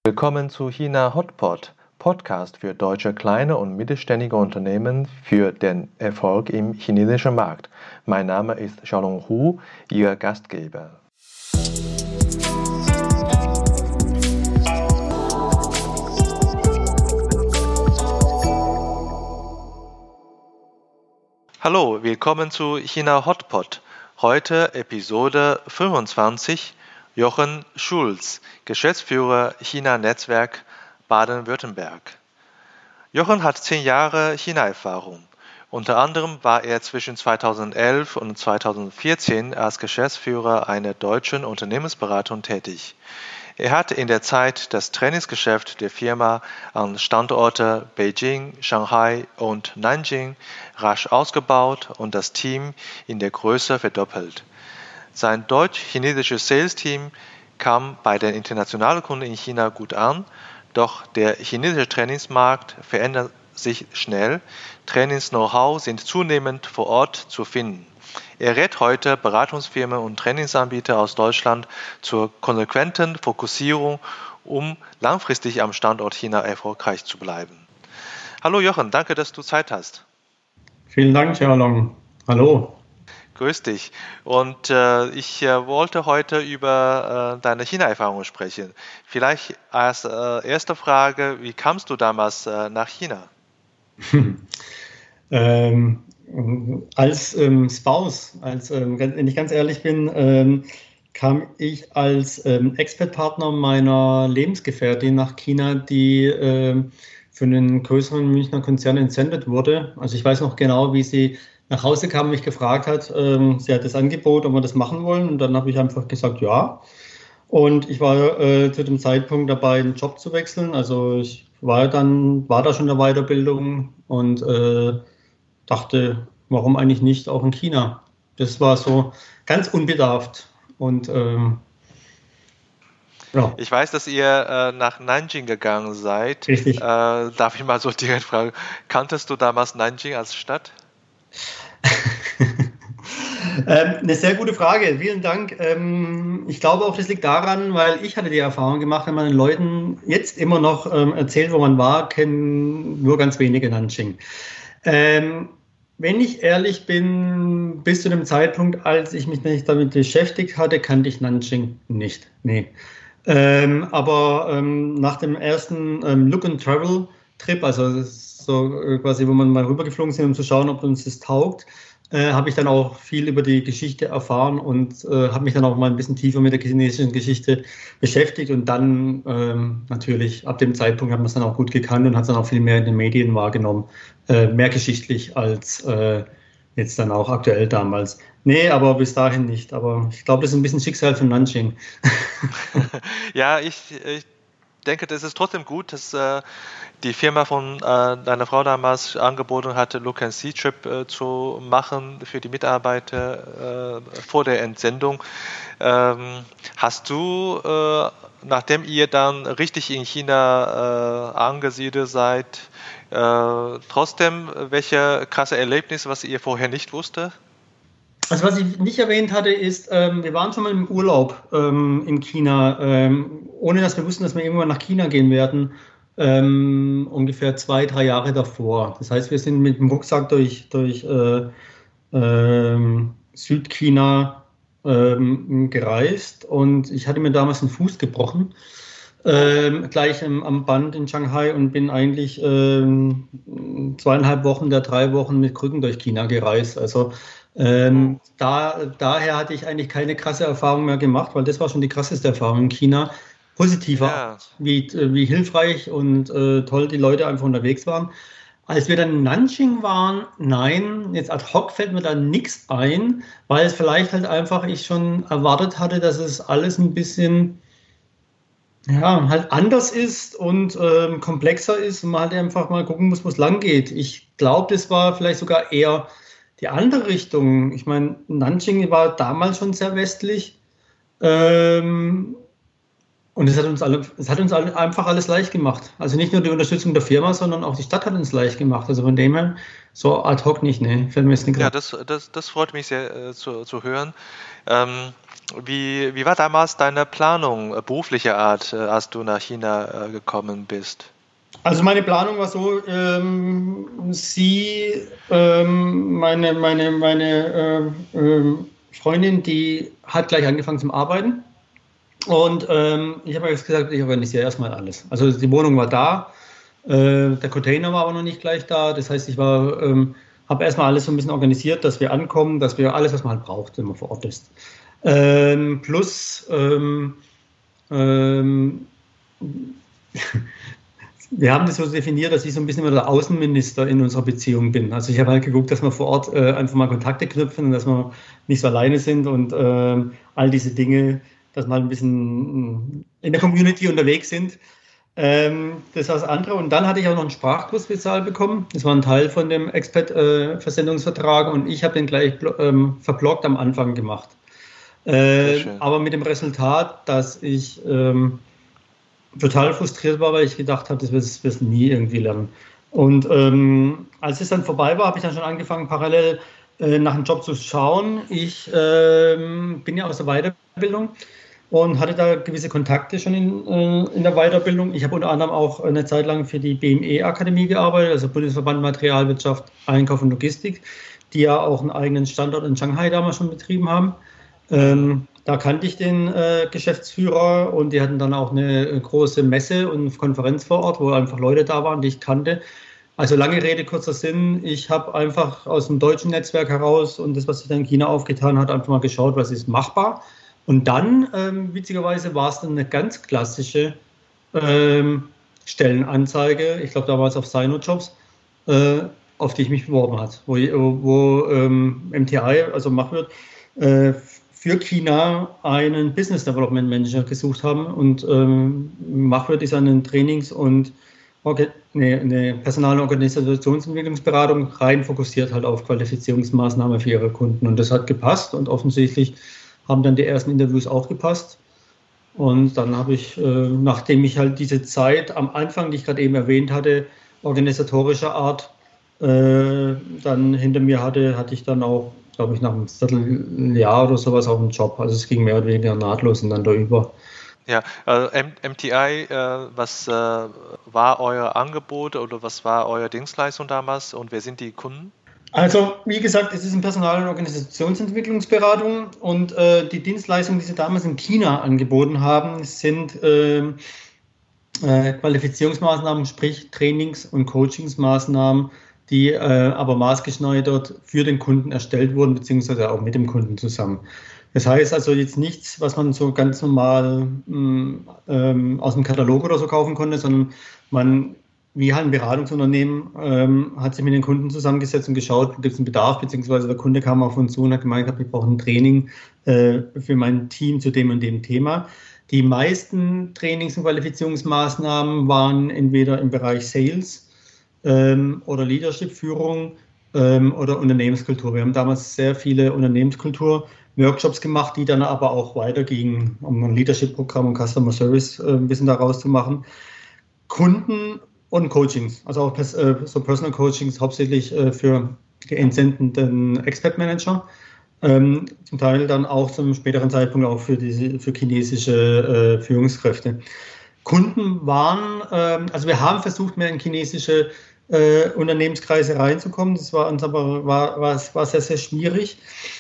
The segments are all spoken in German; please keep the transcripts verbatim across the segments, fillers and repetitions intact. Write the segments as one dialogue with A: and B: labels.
A: Willkommen zu China Hotpot, Podcast für deutsche kleine und mittelständige Unternehmen für den Erfolg im chinesischen Markt. Mein Name ist Xiaolong Hu, Ihr Gastgeber. Hallo, willkommen zu China Hotpot. Heute Episode fünfundzwanzig. Jochen Schulz, Geschäftsführer China-Netzwerk Baden-Württemberg. Jochen hat zehn Jahre China-Erfahrung. Unter anderem war er zwischen zweitausendelf und zweitausendvierzehn als Geschäftsführer einer deutschen Unternehmensberatung tätig. Er hat in der Zeit das Trainingsgeschäft der Firma an Standorte Beijing, Shanghai und Nanjing rasch ausgebaut und das Team in der Größe verdoppelt. Sein deutsch-chinesisches Sales-Team kam bei den internationalen Kunden in China gut an, doch der chinesische Trainingsmarkt verändert sich schnell. Trainings-Know-how sind zunehmend vor Ort zu finden. Er rät heute Beratungsfirmen und Trainingsanbieter aus Deutschland zur konsequenten Fokussierung, um langfristig am Standort China erfolgreich zu bleiben. Hallo Jochen, danke, dass du Zeit hast.
B: Vielen Dank, Xiaolong. Hallo.
A: Grüß dich. Und äh, ich äh, wollte heute über äh, deine China-Erfahrung sprechen. Vielleicht als äh, erste Frage, wie kamst du damals äh, nach China?
B: ähm, als ähm, Spouse, als, ähm, wenn ich ganz ehrlich bin, ähm, kam ich als ähm, Expert-Partner meiner Lebensgefährtin nach China, die ähm, für einen größeren Münchner Konzern entsendet wurde. Also ich weiß noch genau, wie sie nach Hause kam und mich gefragt hat, ähm, sie hat das Angebot, ob wir das machen wollen. Und dann habe ich einfach gesagt, ja. Und ich war äh, zu dem Zeitpunkt dabei, einen Job zu wechseln. Also ich war dann, war da schon in der Weiterbildung und äh, dachte, warum eigentlich nicht auch in China? Das war so ganz unbedarft. Und ähm,
A: ja. Ich weiß, dass ihr äh, nach Nanjing gegangen seid.
B: Richtig.
A: Äh, darf ich mal so direkt fragen, kanntest du damals Nanjing als Stadt?
B: ähm, eine sehr gute Frage, vielen Dank. Ähm, ich glaube auch, das liegt daran, weil ich hatte die Erfahrung gemacht, wenn man den Leuten jetzt immer noch ähm, erzählt, wo man war, kennen nur ganz wenige Nanjing. Ähm, wenn ich ehrlich bin, bis zu dem Zeitpunkt, als ich mich nicht damit beschäftigt hatte, kannte ich Nanjing nicht. Nee. Ähm, aber ähm, nach dem ersten ähm, Look-and-Travel-Trip, also so äh, quasi, wo man mal rübergeflogen sind, um zu schauen, ob uns das taugt, äh, habe ich dann auch viel über die Geschichte erfahren und äh, habe mich dann auch mal ein bisschen tiefer mit der chinesischen Geschichte beschäftigt. Und dann ähm, natürlich, ab dem Zeitpunkt hat man es dann auch gut gekannt und hat es dann auch viel mehr in den Medien wahrgenommen. Äh, mehr geschichtlich als äh, jetzt dann auch aktuell damals. Nee, aber bis dahin nicht. Aber ich glaube, das ist ein bisschen Schicksal von Nanjing.
A: Ja, ich, ich denke, das ist trotzdem gut, dass äh, die Firma von äh, deiner Frau damals angeboten hatte, Look-and-See-Trip äh, zu machen für die Mitarbeiter äh, vor der Entsendung. Ähm, hast du, äh, nachdem ihr dann richtig in China äh, angesiedelt seid, äh, trotzdem welche krasse Erlebnisse, was ihr vorher nicht wusstet?
B: Also was ich nicht erwähnt hatte, ist, ähm, wir waren schon mal im Urlaub ähm, in China, ähm, ohne dass wir wussten, dass wir irgendwann nach China gehen werden, ähm, ungefähr zwei, drei Jahre davor. Das heißt, wir sind mit dem Rucksack durch, durch äh, ähm, Südchina ähm, gereist und ich hatte mir damals einen Fuß gebrochen, ähm, gleich im, am Band in Shanghai und bin eigentlich ähm, zweieinhalb Wochen der drei Wochen mit Krücken durch China gereist. Also Ähm, da, daher hatte ich eigentlich keine krasse Erfahrung mehr gemacht, weil das war schon die krasseste Erfahrung in China. Positiver,
A: Ja.
B: wie, wie hilfreich und äh, toll die Leute einfach unterwegs waren. Als wir dann in Nanjing waren, nein, jetzt ad hoc fällt mir da nichts ein, weil es vielleicht halt einfach ich schon erwartet hatte, dass es alles ein bisschen ja, halt anders ist und ähm, komplexer ist und man halt einfach mal gucken muss, wo es lang geht. Ich glaube, das war vielleicht sogar eher die andere Richtung. Ich meine, Nanjing war damals schon sehr westlich. Ähm, Und es hat uns alle, es hat uns alle einfach alles leicht gemacht. Also nicht nur die Unterstützung der Firma, sondern auch die Stadt hat uns leicht gemacht. Also von dem her, so ad hoc nicht, ne? Fällt mir jetzt nicht
A: Ja,
B: rein.
A: das, das, das freut mich sehr äh, zu, zu hören. Ähm, wie, wie war damals deine Planung äh, beruflicher Art, äh, als du nach China äh, gekommen bist?
B: Also meine Planung war so, ähm, sie, ähm, meine, meine, meine äh, ähm, Freundin, die hat gleich angefangen zum Arbeiten. Und ähm, ich habe jetzt gesagt, ich organisiere erstmal alles. Also die Wohnung war da, äh, der Container war aber noch nicht gleich da. Das heißt, ich war, ähm, habe erstmal alles so ein bisschen organisiert, dass wir ankommen, dass wir alles, was man halt braucht, wenn man vor Ort ist. Ähm, plus, ähm, ähm, wir haben das so definiert, dass ich so ein bisschen immer der Außenminister in unserer Beziehung bin. Also ich habe halt geguckt, dass wir vor Ort äh, einfach mal Kontakte knüpfen und dass wir nicht so alleine sind und äh, all diese Dinge, dass wir halt ein bisschen in der Community unterwegs sind. Ähm, das war das andere. Und dann hatte ich auch noch einen Sprachkurs bezahlt bekommen. Das war ein Teil von dem Expat-Versendungsvertrag und ich habe den gleich ähm, verblockt am Anfang gemacht.
A: Sehr
B: Äh,
A: schön.
B: aber mit dem Resultat, dass ich ähm, total frustriert war, weil ich gedacht habe, das wirst du nie irgendwie lernen. Und ähm, als es dann vorbei war, habe ich dann schon angefangen, parallel äh, nach einem Job zu schauen. Ich ähm, bin ja aus der Weiterbildung und hatte da gewisse Kontakte schon in, äh, in der Weiterbildung. Ich habe unter anderem auch eine Zeit lang für die B M E-Akademie gearbeitet, also Bundesverband Materialwirtschaft, Einkauf und Logistik, die ja auch einen eigenen Standort in Shanghai damals schon betrieben haben.
A: Mhm.
B: Ähm, da kannte ich den äh, Geschäftsführer und die hatten dann auch eine große Messe und Konferenz vor Ort, wo einfach Leute da waren, die ich kannte. Also lange Rede, kurzer Sinn. Ich habe einfach aus dem deutschen Netzwerk heraus und das, was sich dann in China aufgetan hat, einfach mal geschaut, was ist machbar. Und dann, ähm, witzigerweise, war es dann eine ganz klassische ähm, Stellenanzeige, ich glaube damals auf Sinojobs, äh, auf die ich mich beworben habe, wo, wo ähm, M T I, also Machwirt, äh, für China einen Business Development Manager gesucht haben und ähm, Machwirt ist eine Trainings- und Orga nee, eine Personal- und Organisationsentwicklungsberatung rein fokussiert halt auf Qualifizierungsmaßnahmen für ihre Kunden und das hat gepasst und offensichtlich haben dann die ersten Interviews auch gepasst. Und dann habe ich, äh, nachdem ich halt diese Zeit am Anfang, die ich gerade eben erwähnt hatte, organisatorischer Art, äh, dann hinter mir hatte, hatte ich dann auch, glaube ich, nach einem Vierteljahr oder sowas auch einen Job. Also es ging mehr oder weniger nahtlos und dann da über.
A: Ja, also M T I, äh, was äh, war euer Angebot oder was war eure Dienstleistung damals und wer sind die Kunden?
B: Also, wie gesagt, es ist eine Personal- und Organisationsentwicklungsberatung und äh, die Dienstleistungen, die sie damals in China angeboten haben, sind äh, äh, Qualifizierungsmaßnahmen, sprich Trainings- und Coachingsmaßnahmen, die äh, aber maßgeschneidert für den Kunden erstellt wurden, beziehungsweise auch mit dem Kunden zusammen. Das heißt also jetzt nichts, was man so ganz normal mh, ähm, aus dem Katalog oder so kaufen konnte, sondern man, wie halt ein Beratungsunternehmen, ähm, hat sich mit den Kunden zusammengesetzt und geschaut, gibt es einen Bedarf, beziehungsweise der Kunde kam auf uns zu und hat gemeint, wir brauchen ein Training äh, für mein Team zu dem und dem Thema. Die meisten Trainings- und Qualifizierungsmaßnahmen waren entweder im Bereich Sales ähm, oder Leadership-Führung ähm, oder Unternehmenskultur. Wir haben damals sehr viele Unternehmenskultur-Workshops gemacht, die dann aber auch weitergingen, um ein Leadership-Programm und Customer Service äh, ein bisschen daraus zu machen. Kunden und Coachings, also auch pers äh, so Personal Coachings hauptsächlich äh, für die entsendenden Expert-Manager. Ähm, zum Teil dann auch zum späteren Zeitpunkt auch für, diese, für chinesische äh, Führungskräfte. Kunden waren, ähm, also wir haben versucht, mehr in chinesische äh, Unternehmenskreise reinzukommen. Das war uns aber war, war, war sehr, sehr schwierig.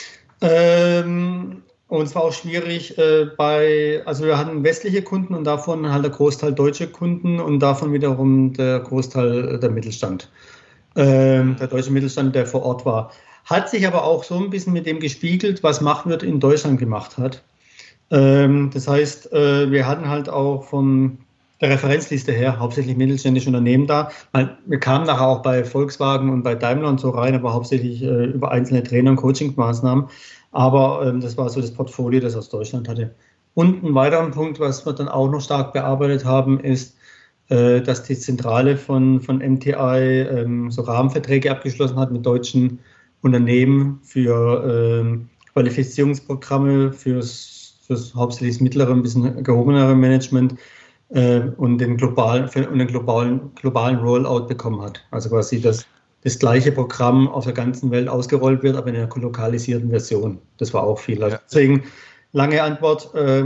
B: Ähm, und es war auch schwierig äh, bei, also wir hatten westliche Kunden und davon halt der Großteil deutsche Kunden und davon wiederum der Großteil der Mittelstand. Ähm, der
A: Mhm.
B: deutsche Mittelstand, der vor Ort war. Hat sich aber auch so ein bisschen mit dem gespiegelt, was Machwirt in Deutschland gemacht hat. Ähm, das heißt, äh, wir hatten halt auch von der Referenzliste her hauptsächlich mittelständische Unternehmen da. Wir kamen nachher auch bei Volkswagen und bei Daimler und so rein, aber hauptsächlich äh, über einzelne Trainer- und Coachingmaßnahmen. Aber ähm, das war so das Portfolio, das aus Deutschland hatte. Und ein weiterer Punkt, was wir dann auch noch stark bearbeitet haben, ist, äh, dass die Zentrale von, von M T I ähm, so Rahmenverträge abgeschlossen hat mit deutschen Unternehmen für ähm, Qualifizierungsprogramme fürs fürs hauptsächlich das mittlere, ein bisschen gehobenere Management äh, und den globalen, und den globalen, globalen Rollout bekommen hat. Also quasi das, das gleiche Programm auf der ganzen Welt ausgerollt wird, aber in einer lokalisierten Version. Das war auch viel. Also
A: Ja.
B: deswegen lange Antwort. Äh,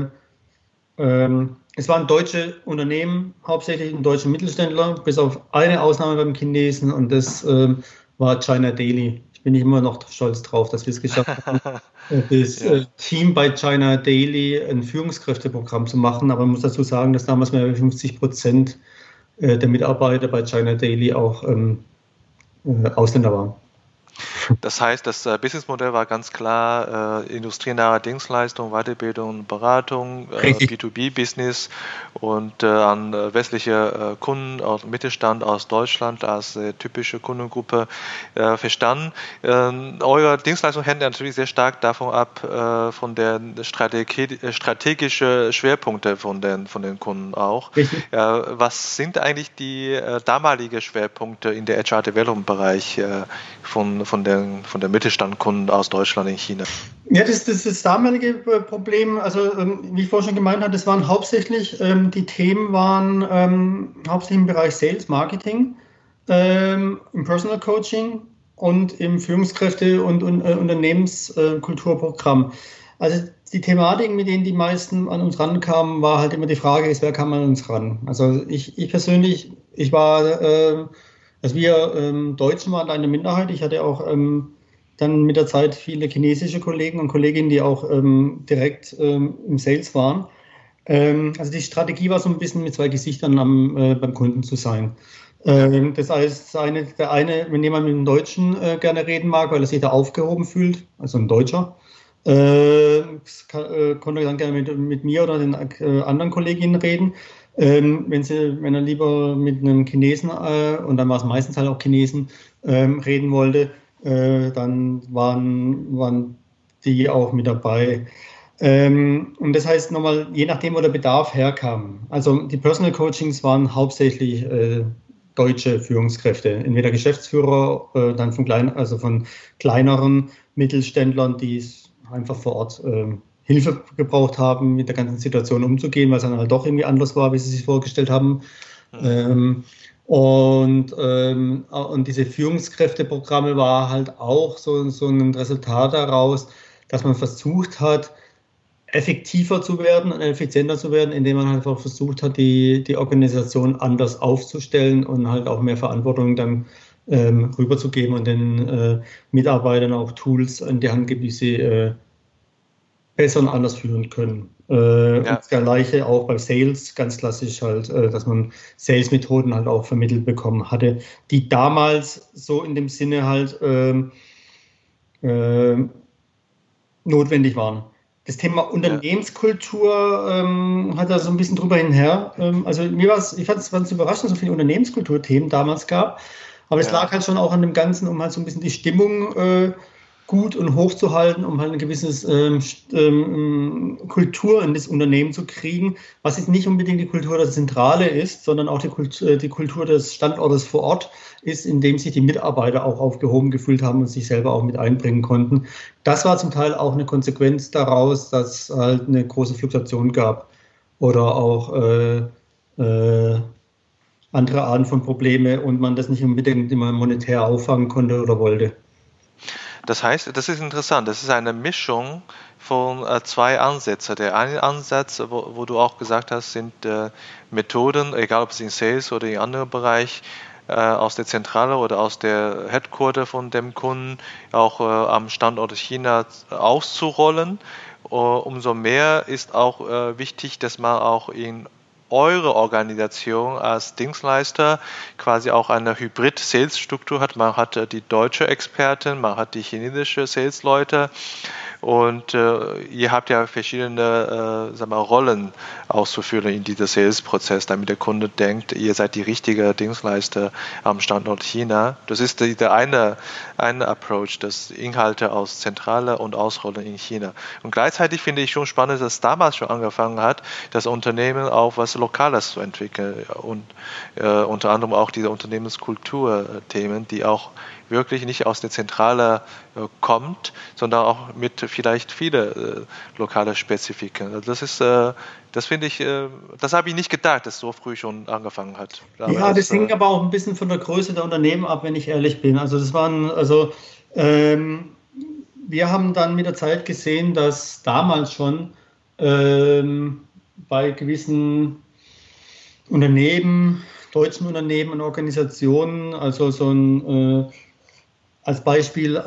B: ähm, es waren deutsche Unternehmen, hauptsächlich ein deutscher Mittelständler, bis auf eine Ausnahme beim Chinesen, und das äh, war China Daily. Ich bin nicht immer noch stolz drauf, dass wir es geschafft haben, das
A: Ja.
B: äh, Team bei China Daily ein Führungskräfteprogramm zu machen. Aber man muss dazu sagen, dass damals mehr als fünfzig Prozent äh, der Mitarbeiter bei China Daily auch ähm, äh, Ausländer waren.
A: Das heißt, das äh, Businessmodell war ganz klar äh, industrienahe Dienstleistung, Weiterbildung, Beratung, äh,
B: Richtig.
A: B zwei B-Business und äh, an äh, westliche äh, Kunden aus Mittelstand aus Deutschland als äh, typische Kundengruppe äh, verstanden. Ähm, eure Dienstleistung hängt natürlich sehr stark davon ab, äh, von den Strategie, strategischen Schwerpunkte von den, von den Kunden auch.
B: Richtig.
A: Äh, was sind eigentlich die äh, damaligen Schwerpunkte in der H R-Development-Bereich äh, von, von der von der Mittelstandkunden aus Deutschland in China?
B: Ja, das, das ist das damalige Problem. Also, ähm, wie ich vorhin schon gemeint habe, das waren hauptsächlich, ähm, die Themen waren ähm, hauptsächlich im Bereich Sales, Marketing, ähm, im Personal Coaching und im Führungskräfte- und, und äh, Unternehmenskulturprogramm. Also die Thematiken, mit denen die meisten an uns rankamen, war halt immer die Frage, ist, wer kann man an uns ran? Also ich, ich persönlich, ich war, äh, also wir ähm, Deutschen waren eine Minderheit. Ich hatte auch ähm, dann mit der Zeit viele chinesische Kollegen und Kolleginnen, die auch ähm, direkt ähm, im Sales waren. Ähm, also die Strategie war so ein bisschen mit zwei Gesichtern am, äh, beim Kunden zu sein. Ähm, das heißt, eine, der eine, wenn jemand mit einem Deutschen äh, gerne reden mag, weil er sich da aufgehoben fühlt, also ein Deutscher, äh, kann, äh, konnte dann gerne mit, mit mir oder den äh, anderen Kolleginnen reden. Ähm, wenn, sie, wenn er lieber mit einem Chinesen, äh, und dann war es meistens halt auch Chinesen, ähm, reden wollte, äh, dann waren, waren die auch mit dabei. Ähm, und das heißt nochmal, je nachdem, wo der Bedarf herkam. Also die Personal Coachings waren hauptsächlich äh, deutsche Führungskräfte, entweder Geschäftsführer, äh, dann von klein, also von kleineren Mittelständlern, die einfach vor Ort äh, Hilfe gebraucht haben, mit der ganzen Situation umzugehen, weil es dann halt doch irgendwie anders war, wie sie sich vorgestellt haben. Mhm. Ähm, und, ähm, und diese Führungskräfteprogramme war halt auch so, so ein Resultat daraus, dass man versucht hat, effektiver zu werden und effizienter zu werden, indem man halt einfach versucht hat, die, die Organisation anders aufzustellen und halt auch mehr Verantwortung dann ähm, rüberzugeben und den äh, Mitarbeitern auch Tools in die Hand gibt, die sie äh, besser und anders führen können. Äh, ja. Und das Gleiche auch bei Sales, ganz klassisch halt, äh, dass man Sales-Methoden halt auch vermittelt bekommen hatte, die damals so in dem Sinne halt äh, äh, notwendig waren. Das Thema Unternehmenskultur ähm, hat da so ein bisschen drüber hinher. Ähm, also mir war es, ich fand es überraschend, so viele Unternehmenskulturthemen damals gab. Aber es ja. lag halt schon auch an dem Ganzen, um halt so ein bisschen die Stimmung äh, gut und hoch zu halten, um halt eine gewisse ähm, ähm, Kultur in das Unternehmen zu kriegen, was jetzt nicht unbedingt die Kultur der Zentrale ist, sondern auch die Kultur, die Kultur des Standortes vor Ort ist, in dem sich die Mitarbeiter auch aufgehoben gefühlt haben und sich selber auch mit einbringen konnten. Das war zum Teil auch eine Konsequenz daraus, dass es halt eine große Fluktuation gab oder auch äh, äh, andere Arten von Probleme und man das nicht unbedingt immer monetär auffangen konnte oder wollte.
A: Das heißt, das ist interessant, das ist eine Mischung von äh, zwei Ansätzen. Der eine Ansatz, wo, wo du auch gesagt hast, sind äh, Methoden, egal ob es in Sales oder in anderen Bereich, äh, aus der Zentrale oder aus der Headquarter von dem Kunden auch äh, am Standort China auszurollen. Uh, umso mehr ist auch äh, wichtig, dass man auch in eure Organisation als Dienstleister quasi auch eine Hybrid-Sales-Struktur hat. Man hat äh, die deutsche Expertin, man hat die chinesische Sales-Leute und äh, ihr habt ja verschiedene äh, sag mal, Rollen auszufüllen in diesem Sales-Prozess, damit der Kunde denkt, ihr seid die richtige Dienstleister am Standort China. Das ist die, der eine, eine Approach, das Inhalte aus Zentrale und Ausrollen in China. Und gleichzeitig finde ich schon spannend, dass damals schon angefangen hat, das Unternehmen auch was Lokales zu entwickeln und äh, unter anderem auch diese Unternehmenskultur-Themen, die auch wirklich nicht aus der Zentrale äh, kommt, sondern auch mit vielleicht viele äh, lokale Spezifiken. Also das ist, äh, das finde ich, äh, das habe ich nicht gedacht, dass so früh schon angefangen hat. Aber
B: Ja,
A: das,
B: das hing
A: äh,
B: aber auch ein bisschen von der Größe der Unternehmen ab, wenn ich ehrlich bin. Also das waren, also ähm, wir haben dann mit der Zeit gesehen, dass damals schon ähm, bei gewissen Unternehmen, deutschen Unternehmen und Organisationen, also so ein, äh, als Beispiel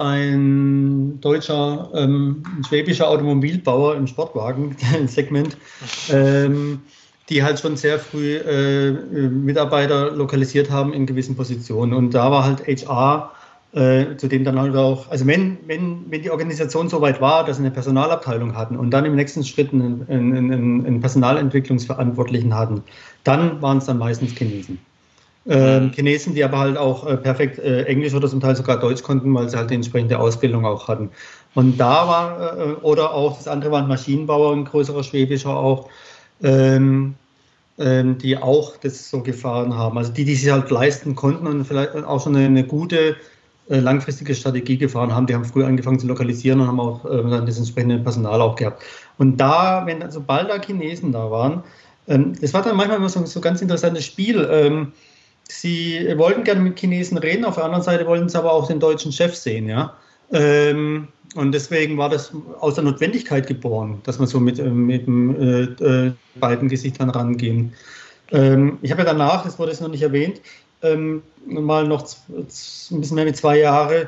B: ein deutscher, ähm, ein schwäbischer Automobilbauer im Sportwagen-Segment, ähm, die halt schon sehr früh äh, Mitarbeiter lokalisiert haben in gewissen Positionen. Und da war halt H R, äh, zu dem dann halt auch, also wenn, wenn, wenn die Organisation so weit war, dass sie eine Personalabteilung hatten und dann im nächsten Schritt einen, einen, einen, einen Personalentwicklungsverantwortlichen hatten, dann waren es dann meistens Chinesen. Ähm, Chinesen, die aber halt auch äh, perfekt äh, Englisch oder zum Teil sogar Deutsch konnten, weil sie halt die entsprechende Ausbildung auch hatten. Und da war, äh, oder auch das andere waren Maschinenbauer, ein größerer schwäbischer auch, ähm, ähm, die auch das so gefahren haben. Also die, die sich halt leisten konnten und vielleicht auch schon eine, eine gute äh, langfristige Strategie gefahren haben, die haben früh angefangen zu lokalisieren und haben auch äh, dann das entsprechende Personal auch gehabt. Und da, wenn sobald da Chinesen da waren, ähm, das war dann manchmal immer so, so ein ganz interessantes Spiel. Ähm, Sie wollten gerne mit Chinesen reden, auf der anderen Seite wollten sie aber auch den deutschen Chef sehen, ja. Ähm, und deswegen war das aus der Notwendigkeit geboren, dass man so mit, mit äh, äh, beiden Gesichtern rangehen. Ähm, ich habe ja danach, das wurde jetzt noch nicht erwähnt, ähm, mal noch ein bisschen mehr wie zwei Jahre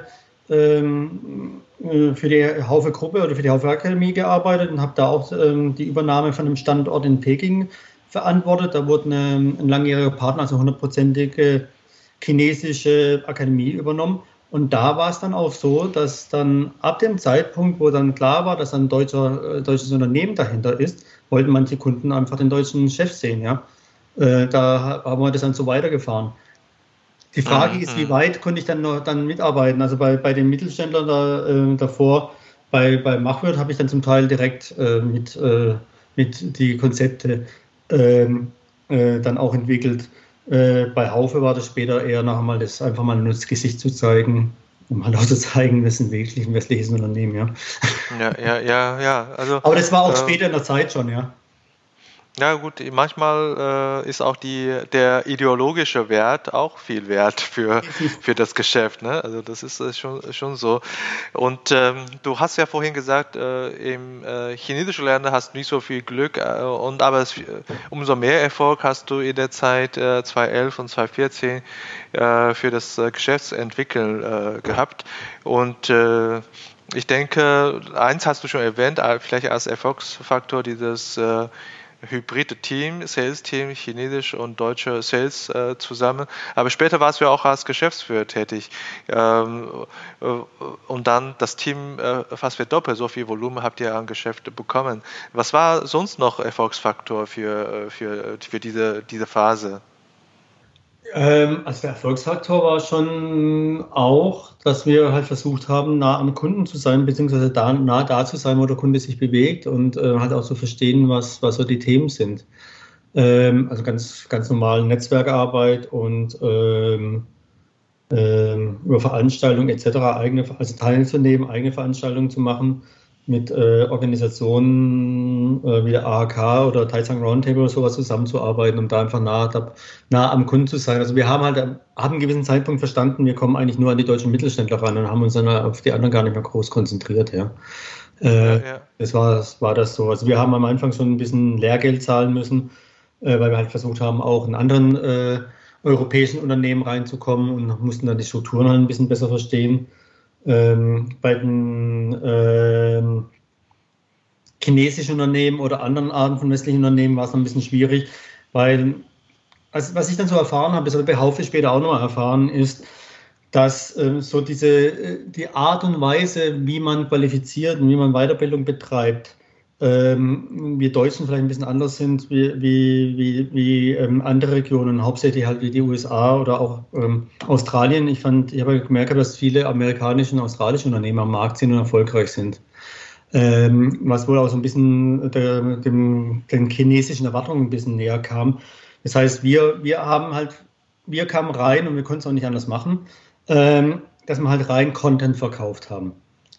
B: ähm, für die Haufe-Gruppe oder für die Haufe-Akademie gearbeitet und habe da auch ähm, die Übernahme von einem Standort in Peking verantwortet. Da wurde eine, ein langjähriger Partner, also hundertprozentige chinesische Akademie übernommen. Und da war es dann auch so, dass dann ab dem Zeitpunkt, wo dann klar war, dass ein deutscher, äh, deutsches Unternehmen dahinter ist, wollten manche Kunden einfach den deutschen Chef sehen. Ja? Äh, da haben wir das dann so weitergefahren. Die Frage ist, wie weit konnte ich dann noch dann mitarbeiten? Also bei, bei den Mittelständlern da, äh, davor, bei, bei Machwirt habe ich dann zum Teil direkt äh, mit, äh, mit die Konzepte ähm, äh, dann auch entwickelt. Äh, bei Haufe war das später eher noch einmal das einfach mal nur das Gesicht zu zeigen, um halt auch zu zeigen, das ist ein wirklich ein westliches Unternehmen, ja.
A: ja, ja, ja, ja. Also,
B: Aber das war auch
A: äh,
B: später in der Zeit schon, ja.
A: ja gut, manchmal äh, ist auch die, der ideologische Wert auch viel wert für, für das Geschäft. Ne? Also das ist äh, schon, schon so. Und ähm, du hast ja vorhin gesagt, äh, im äh, chinesischen Lernen hast du nicht so viel Glück, äh, und aber es, umso mehr Erfolg hast du in der Zeit äh, zweitausendelf und zweitausendvierzehn äh, für das äh, Geschäftsentwickeln äh, gehabt. Und äh, ich denke, eins hast du schon erwähnt, vielleicht als Erfolgsfaktor dieses äh, hybride Team, Sales-Team, chinesisch und deutsche Sales äh, zusammen. Aber später warst du ja auch als Geschäftsführer tätig. Ähm, äh, und dann das Team äh, fast verdoppelt, so viel Volumen habt ihr an Geschäfte bekommen. Was war sonst noch Erfolgsfaktor für, für, für diese, diese Phase?
B: Ähm, also der Erfolgsfaktor war schon auch, dass wir halt versucht haben, nah am Kunden zu sein, beziehungsweise da, nah da zu sein, wo der Kunde sich bewegt und äh, halt auch zu verstehen, was, was so die Themen sind. Ähm, also ganz, ganz normale Netzwerkarbeit und ähm, ähm, über Veranstaltungen et cetera, eigene, also teilzunehmen, eigene Veranstaltungen zu machen mit äh, Organisationen äh, wie der A H K oder Taizang Roundtable oder sowas zusammenzuarbeiten, um da einfach nah, da, nah am Kunden zu sein. Also wir haben halt haben einen gewissen Zeitpunkt verstanden, wir kommen eigentlich nur an die deutschen Mittelständler ran und haben uns dann auf die anderen gar nicht mehr groß konzentriert. Ja. Äh,
A: Ja, ja.
B: das war, das war das so. Also wir haben am Anfang schon ein bisschen Lehrgeld zahlen müssen, äh, weil wir halt versucht haben, auch in anderen äh, europäischen Unternehmen reinzukommen und mussten dann die Strukturen halt ein bisschen besser verstehen. Ähm, bei den ähm, chinesischen Unternehmen oder anderen Arten von westlichen Unternehmen war es noch ein bisschen schwierig, weil, also was ich dann so erfahren habe, das habe ich bei Haufe später auch nochmal erfahren, ist, dass ähm, so diese, äh, die Art und Weise, wie man qualifiziert und wie man Weiterbildung betreibt, ähm, wir Deutschen vielleicht ein bisschen anders sind wie, wie, wie, wie ähm, andere Regionen, hauptsächlich halt wie die U S A oder auch ähm, Australien. Ich fand, ich habe gemerkt, dass viele amerikanische und australische Unternehmen am Markt sind und erfolgreich sind. Ähm, was wohl auch so ein bisschen der, dem, den chinesischen Erwartungen ein bisschen näher kam. Das heißt, wir, wir haben halt, wir kamen rein und wir konnten es auch nicht anders machen, ähm, dass wir halt rein Content verkauft haben.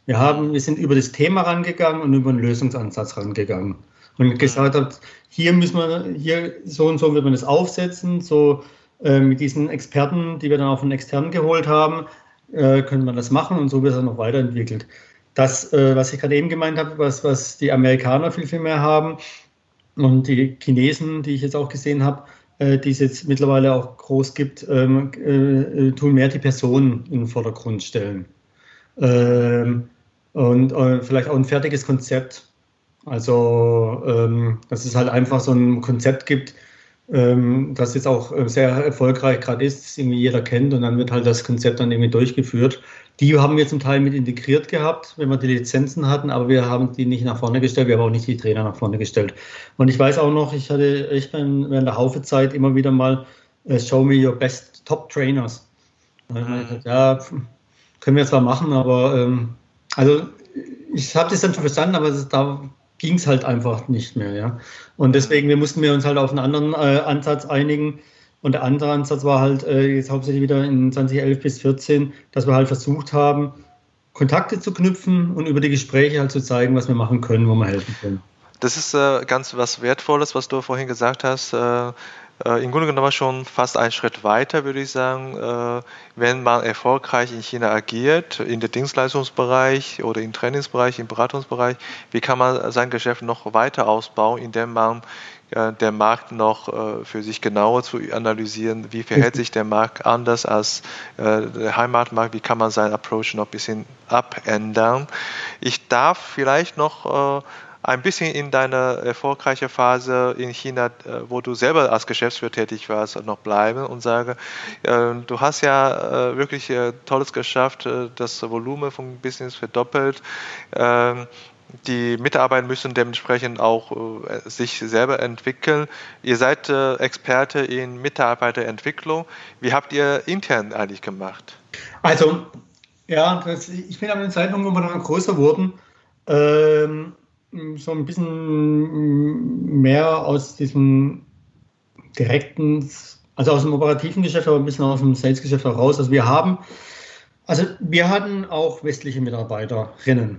B: Wir haben, wir sind über das Thema rangegangen und über den Lösungsansatz rangegangen. Und gesagt hat, hier müssen wir, hier so und so wird man das aufsetzen, so äh, mit diesen Experten, die wir dann auch von externen geholt haben, äh, können wir das machen und so wird es noch weiterentwickelt. Das, äh, was ich gerade eben gemeint habe, was, was die Amerikaner viel, viel mehr haben und die Chinesen, die ich jetzt auch gesehen habe, äh, die es jetzt mittlerweile auch groß gibt, ähm, äh, tun mehr die Personen in den Vordergrund stellen. Ähm, und äh, vielleicht auch ein fertiges Konzept. Also, ähm, dass es halt einfach so ein Konzept gibt, ähm, das jetzt auch sehr erfolgreich gerade ist, das irgendwie jeder kennt und dann wird halt das Konzept dann irgendwie durchgeführt. Die haben wir zum Teil mit integriert gehabt, wenn wir die Lizenzen hatten, aber wir haben die nicht nach vorne gestellt, wir haben auch nicht die Trainer nach vorne gestellt. Und ich weiß auch noch, ich hatte echt während der Haufe-Zeit immer wieder mal äh, Show me your best top trainers. Und ich meine, ja, können wir zwar machen, aber ähm, also ich habe das dann schon verstanden, aber das, da ging es halt einfach nicht mehr, ja. Und deswegen, wir mussten wir uns halt auf einen anderen äh, Ansatz einigen. Und der andere Ansatz war halt äh, jetzt hauptsächlich wieder in zwanzig elf bis vierzehn, dass wir halt versucht haben, Kontakte zu knüpfen und über die Gespräche halt zu zeigen, was wir machen können, wo wir helfen können.
A: Das ist äh, ganz was Wertvolles, was du vorhin gesagt hast. Äh, äh, im Grunde genommen schon fast einen Schritt weiter, würde ich sagen. Äh, wenn man erfolgreich in China agiert, in der Dienstleistungsbereich oder im Trainingsbereich, im Beratungsbereich, wie kann man sein Geschäft noch weiter ausbauen, indem man äh, den Markt noch äh, für sich genauer zu analysieren, wie verhält sich der Markt anders als äh, der Heimatmarkt, wie kann man seinen Approach noch ein bisschen abändern. Ich darf vielleicht noch äh, ein bisschen in deiner erfolgreichen Phase in China, wo du selber als Geschäftsführer tätig warst, noch bleiben und sage, äh, du hast ja äh, wirklich äh, Tolles geschafft, äh, das Volumen vom Business verdoppelt. Äh, die Mitarbeiter müssen dementsprechend auch äh, sich selber entwickeln. Ihr seid äh, Experte in Mitarbeiterentwicklung. Wie habt ihr intern eigentlich gemacht?
B: Also, ja, das, ich bin an den Zeitpunkt, wo wir dann größer wurden, ähm, so ein bisschen mehr aus diesem direkten, also aus dem operativen Geschäft, aber ein bisschen aus dem Sales-Geschäft heraus. Also wir haben, also wir hatten auch westliche Mitarbeiterinnen.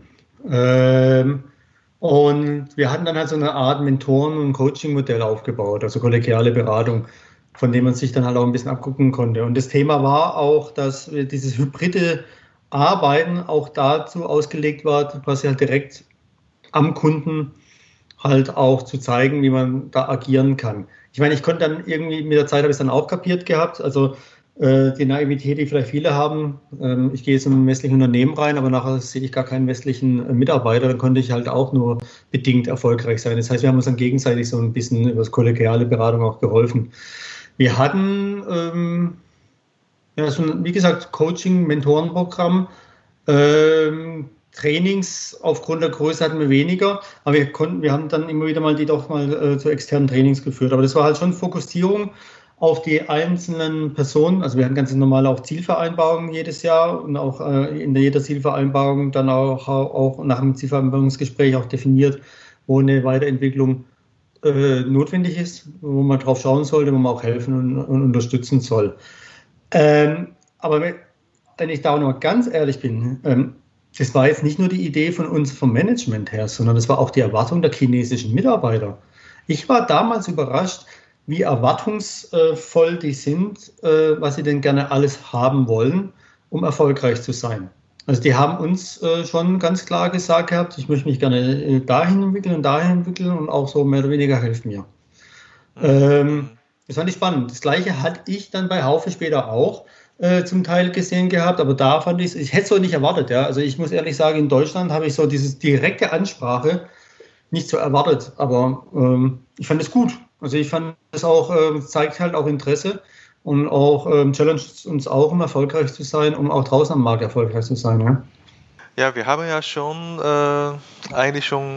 B: Ähm, und wir hatten dann halt so eine Art Mentoren- und Coaching-Modell aufgebaut, also kollegiale Beratung, von dem man sich dann halt auch ein bisschen abgucken konnte. Und das Thema war auch, dass dieses hybride Arbeiten auch dazu ausgelegt war, quasi halt direkt am Kunden halt auch zu zeigen, wie man da agieren kann. Ich meine, ich konnte dann irgendwie, mit der Zeit habe ich es dann auch kapiert gehabt, also äh, die Naivität, die vielleicht viele haben, ähm, ich gehe jetzt in ein westliches Unternehmen rein, aber nachher sehe ich gar keinen westlichen äh, Mitarbeiter, dann konnte ich halt auch nur bedingt erfolgreich sein. Das heißt, wir haben uns dann gegenseitig so ein bisschen über das kollegiale Beratung auch geholfen. Wir hatten, ähm, ja, so ein, wie gesagt, Coaching, Mentorenprogramm, ähm, Trainings aufgrund der Größe hatten wir weniger, aber wir konnten, wir haben dann immer wieder mal die doch mal äh, zu externen Trainings geführt. Aber das war halt schon Fokussierung auf die einzelnen Personen. Also wir hatten ganz normal auch Zielvereinbarungen jedes Jahr und auch äh, in jeder Zielvereinbarung dann auch, auch nach dem Zielvereinbarungsgespräch auch definiert, wo eine Weiterentwicklung äh, notwendig ist, wo man drauf schauen sollte, wo man auch helfen und, und unterstützen soll. Ähm, aber wenn ich da noch ganz ehrlich bin, ähm, das war jetzt nicht nur die Idee von uns vom Management her, sondern das war auch die Erwartung der chinesischen Mitarbeiter. Ich war damals überrascht, wie erwartungsvoll die sind, was sie denn gerne alles haben wollen, um erfolgreich zu sein. Also die haben uns schon ganz klar gesagt gehabt, ich möchte mich gerne dahin entwickeln und dahin entwickeln und auch so mehr oder weniger helfen mir. Mhm. Das fand ich spannend. Das Gleiche hatte ich dann bei Haufe später auch Äh, zum Teil gesehen gehabt, aber da fand ich es, ich hätte es so nicht erwartet, ja. Also ich muss ehrlich sagen, in Deutschland habe ich so diese direkte Ansprache nicht so erwartet, aber ähm, ich fand es gut. Also ich fand es auch, äh, zeigt halt auch Interesse und auch ähm, challenged uns auch, um erfolgreich zu sein, um auch draußen am Markt erfolgreich zu sein, ja.
A: Ja, wir haben ja schon äh, eigentlich schon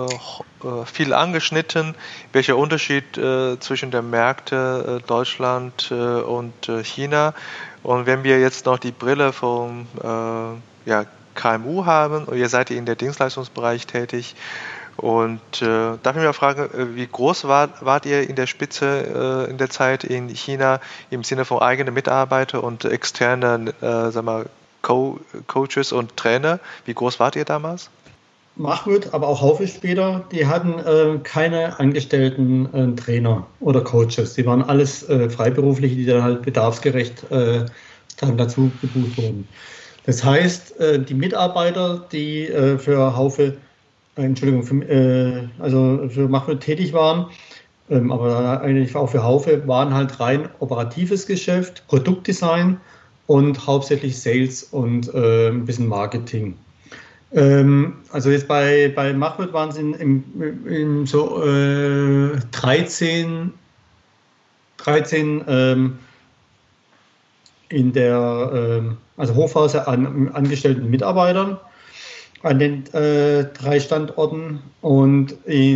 A: äh, viel angeschnitten, welcher Unterschied äh, zwischen den Märkten äh, Deutschland äh, und äh, China. Und wenn wir jetzt noch die Brille vom äh, ja, K M U haben und ihr seid in der Dienstleistungsbereich tätig, und äh, darf ich mal fragen, wie groß war, wart ihr in der Spitze äh, in der Zeit in China im Sinne von eigenen Mitarbeiter und externen, äh, sag mal, Co- Coaches und Trainer. Wie groß wart ihr damals?
B: Mahmoud, aber auch Haufe später, die hatten äh, keine angestellten äh, Trainer oder Coaches. Die waren alles äh, Freiberufliche, die dann halt bedarfsgerecht äh, dann dazu gebucht wurden. Das heißt, äh, die Mitarbeiter, die äh, für Haufe, äh, Entschuldigung, für, äh, also für Mahmoud tätig waren, ähm, aber eigentlich auch für Haufe, waren halt rein operatives Geschäft, Produktdesign und hauptsächlich Sales und äh, ein bisschen Marketing. Ähm, also jetzt bei, bei Mahmoud waren es in, in, in so äh, dreizehn, dreizehn ähm, in der ähm, also Hochphase an angestellten Mitarbeitern an den äh, drei Standorten und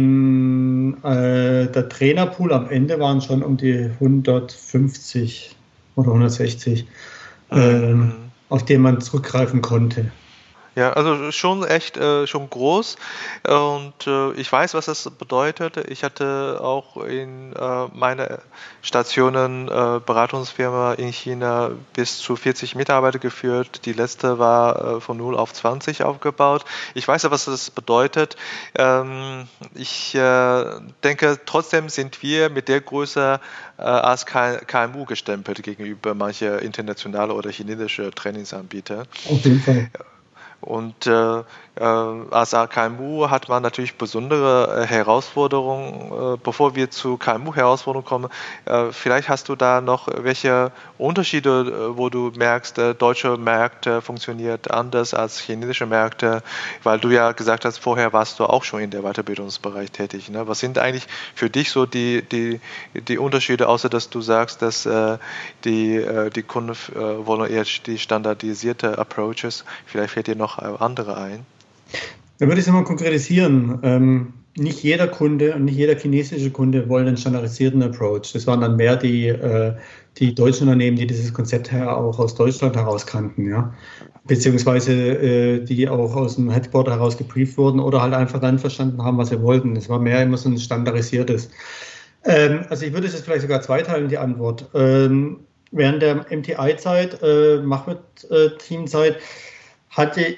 B: in äh, der Trainerpool am Ende waren schon um die hundertfünfzig oder hundertsechzig, ähm,
A: Mhm.
B: auf die man zurückgreifen konnte.
A: Ja, also schon echt äh, schon groß und äh, ich weiß, was das bedeutet. Ich hatte auch in äh, meiner Stationen äh, Beratungsfirma in China bis zu vierzig Mitarbeiter geführt. Die letzte war äh, von null auf zwanzig aufgebaut. Ich weiß ja, was das bedeutet. Ähm, ich äh, denke, trotzdem sind wir mit der Größe äh, als K M U gestempelt gegenüber manche internationale oder chinesische Trainingsanbieter.
B: Auf jeden Fall.
A: Und äh, äh, als K M U hat man natürlich besondere äh, Herausforderungen. Äh, bevor wir zu K M U-Herausforderungen kommen, äh, vielleicht hast du da noch welche Unterschiede, äh, wo du merkst, äh, deutsche Märkte funktioniert anders als chinesische Märkte, weil du ja gesagt hast, vorher warst du auch schon in der Weiterbildungsbereich tätig. Ne? Was sind eigentlich für dich so die, die, die Unterschiede, außer dass du sagst, dass äh, die, äh, die Kunden äh, wollen eher die standardisierte Approaches, vielleicht fällt dir noch andere ein?
B: Dann würde ich es mal konkretisieren. Ähm, nicht jeder Kunde und nicht jeder chinesische Kunde wollen einen standardisierten Approach. Das waren dann mehr die, äh, die deutschen Unternehmen, die dieses Konzept her auch aus Deutschland heraus kannten, ja. Beziehungsweise äh, die auch aus dem Headquarter heraus gebrieft wurden oder halt einfach dann verstanden haben, was wir wollten. Es war mehr immer so ein standardisiertes. Ähm, also ich würde es jetzt vielleicht sogar zweiteilen, die Antwort. Ähm, während der M T I-Zeit, äh, Mahmoud-Teamzeit, hatte